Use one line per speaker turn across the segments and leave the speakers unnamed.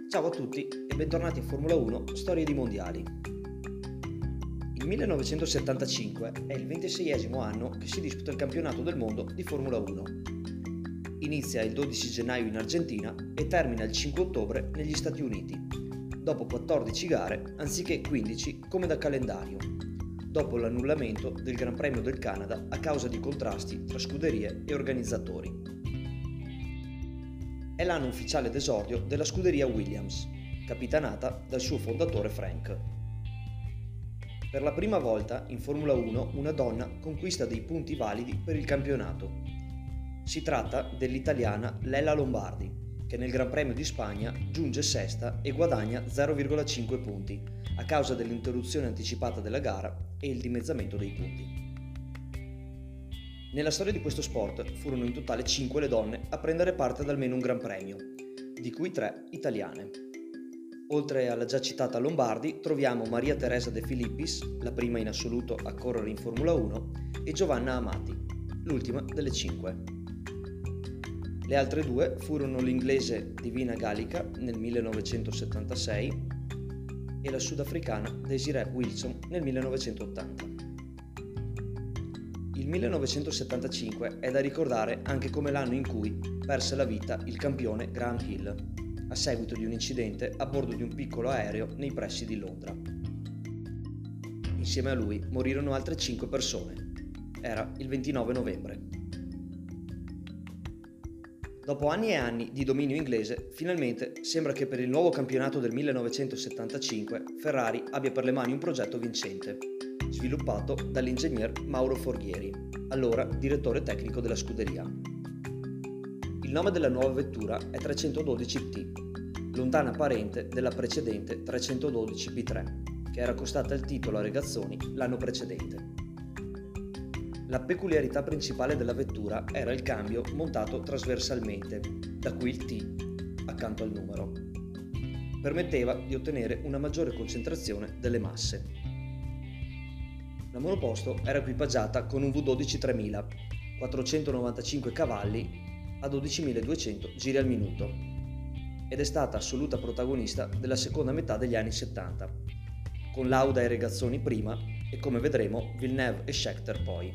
Ciao a tutti e bentornati a Formula 1 Storie di Mondiali. Il 1975 è il 26esimo anno che si disputa il campionato del mondo di Formula 1. Inizia il 12 gennaio in Argentina e termina il 5 ottobre negli Stati Uniti, dopo 14 gare anziché 15 come da calendario, dopo l'annullamento del Gran Premio del Canada a causa di contrasti tra scuderie e organizzatori. È l'anno ufficiale d'esordio della scuderia Williams, capitanata dal suo fondatore Frank. Per la prima volta in Formula 1 una donna conquista dei punti validi per il campionato. Si tratta dell'italiana Lella Lombardi, che nel Gran Premio di Spagna giunge sesta e guadagna 0,5 punti a causa dell'interruzione anticipata della gara e il dimezzamento dei punti. Nella storia di questo sport furono in totale 5 le donne a prendere parte ad almeno un Gran Premio, di cui 3 italiane. Oltre alla già citata Lombardi troviamo Maria Teresa De Filippis, la prima in assoluto a correre in Formula 1, e Giovanna Amati, l'ultima delle 5. Le altre 2 furono l'inglese Divina Gallica nel 1976 e la sudafricana Desiree Wilson nel 1980. Il 1975 è da ricordare anche come l'anno in cui perse la vita il campione Graham Hill, a seguito di un incidente a bordo di un piccolo aereo nei pressi di Londra. Insieme a lui morirono altre 5 persone. Era il 29 novembre. Dopo anni e anni di dominio inglese, finalmente sembra che per il nuovo campionato del 1975 Ferrari abbia per le mani un progetto vincente, sviluppato dall'ingegner Mauro Forghieri, allora direttore tecnico della scuderia. Il nome della nuova vettura è 312T, lontana parente della precedente 312B3, che era costata il titolo a Regazzoni l'anno precedente. La peculiarità principale della vettura era il cambio montato trasversalmente, da cui il T accanto al numero. Permetteva di ottenere una maggiore concentrazione delle masse. La monoposto era equipaggiata con un V12 3000, 495 cavalli a 12.200 giri al minuto ed è stata assoluta protagonista della seconda metà degli anni 70, con Lauda e Regazzoni prima e, come vedremo, Villeneuve e Scheckter poi.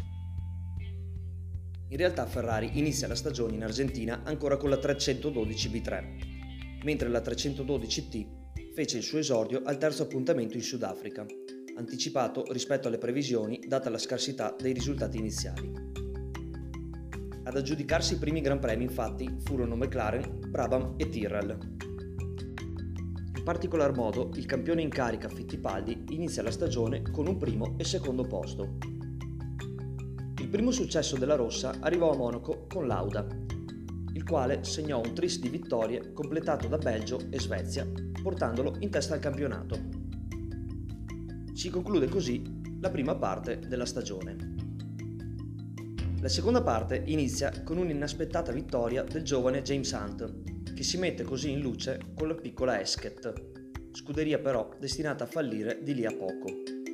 In realtà Ferrari inizia la stagione in Argentina ancora con la 312B3, mentre la 312T fece il suo esordio al terzo appuntamento in Sudafrica, anticipato rispetto alle previsioni data la scarsità dei risultati iniziali. Ad aggiudicarsi i primi Gran Premi infatti furono McLaren, Brabham e Tyrrell. In particolar modo il campione in carica Fittipaldi inizia la stagione con un primo e secondo posto. Il primo successo della rossa arrivò a Monaco con Lauda, il quale segnò un tris di vittorie completato da Belgio e Svezia, portandolo in testa al campionato. Si conclude così la prima parte della stagione. La seconda parte inizia con un'inaspettata vittoria del giovane James Hunt, che si mette così in luce con la piccola Esquet, scuderia però destinata a fallire di lì a poco.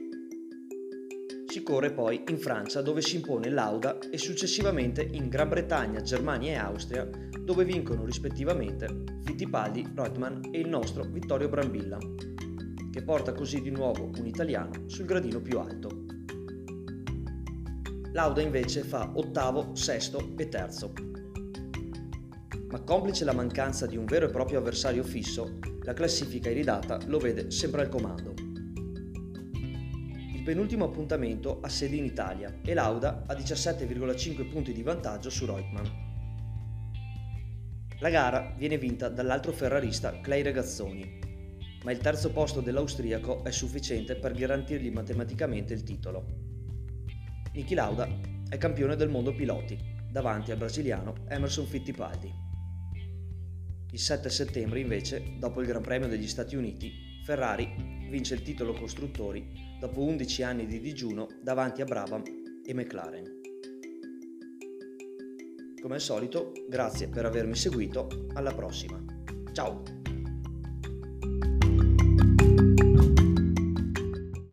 Si corre poi in Francia, dove si impone Lauda, e successivamente in Gran Bretagna, Germania e Austria, dove vincono rispettivamente Fittipaldi, Reutemann e il nostro Vittorio Brambilla, che porta così di nuovo un italiano sul gradino più alto. Lauda invece fa ottavo, sesto e terzo. Ma complice la mancanza di un vero e proprio avversario fisso, la classifica iridata lo vede sempre al comando. Il penultimo appuntamento ha sede in Italia e Lauda ha 17,5 punti di vantaggio su Reutemann. La gara viene vinta dall'altro ferrarista Clay Regazzoni, ma il terzo posto dell'austriaco è sufficiente per garantirgli matematicamente il titolo. Niki Lauda è campione del mondo piloti, davanti al brasiliano Emerson Fittipaldi. Il 7 settembre invece, dopo il Gran Premio degli Stati Uniti, Ferrari vince il titolo costruttori dopo 11 anni di digiuno davanti a Brabham e McLaren. Come al solito, grazie per avermi seguito, alla prossima. Ciao!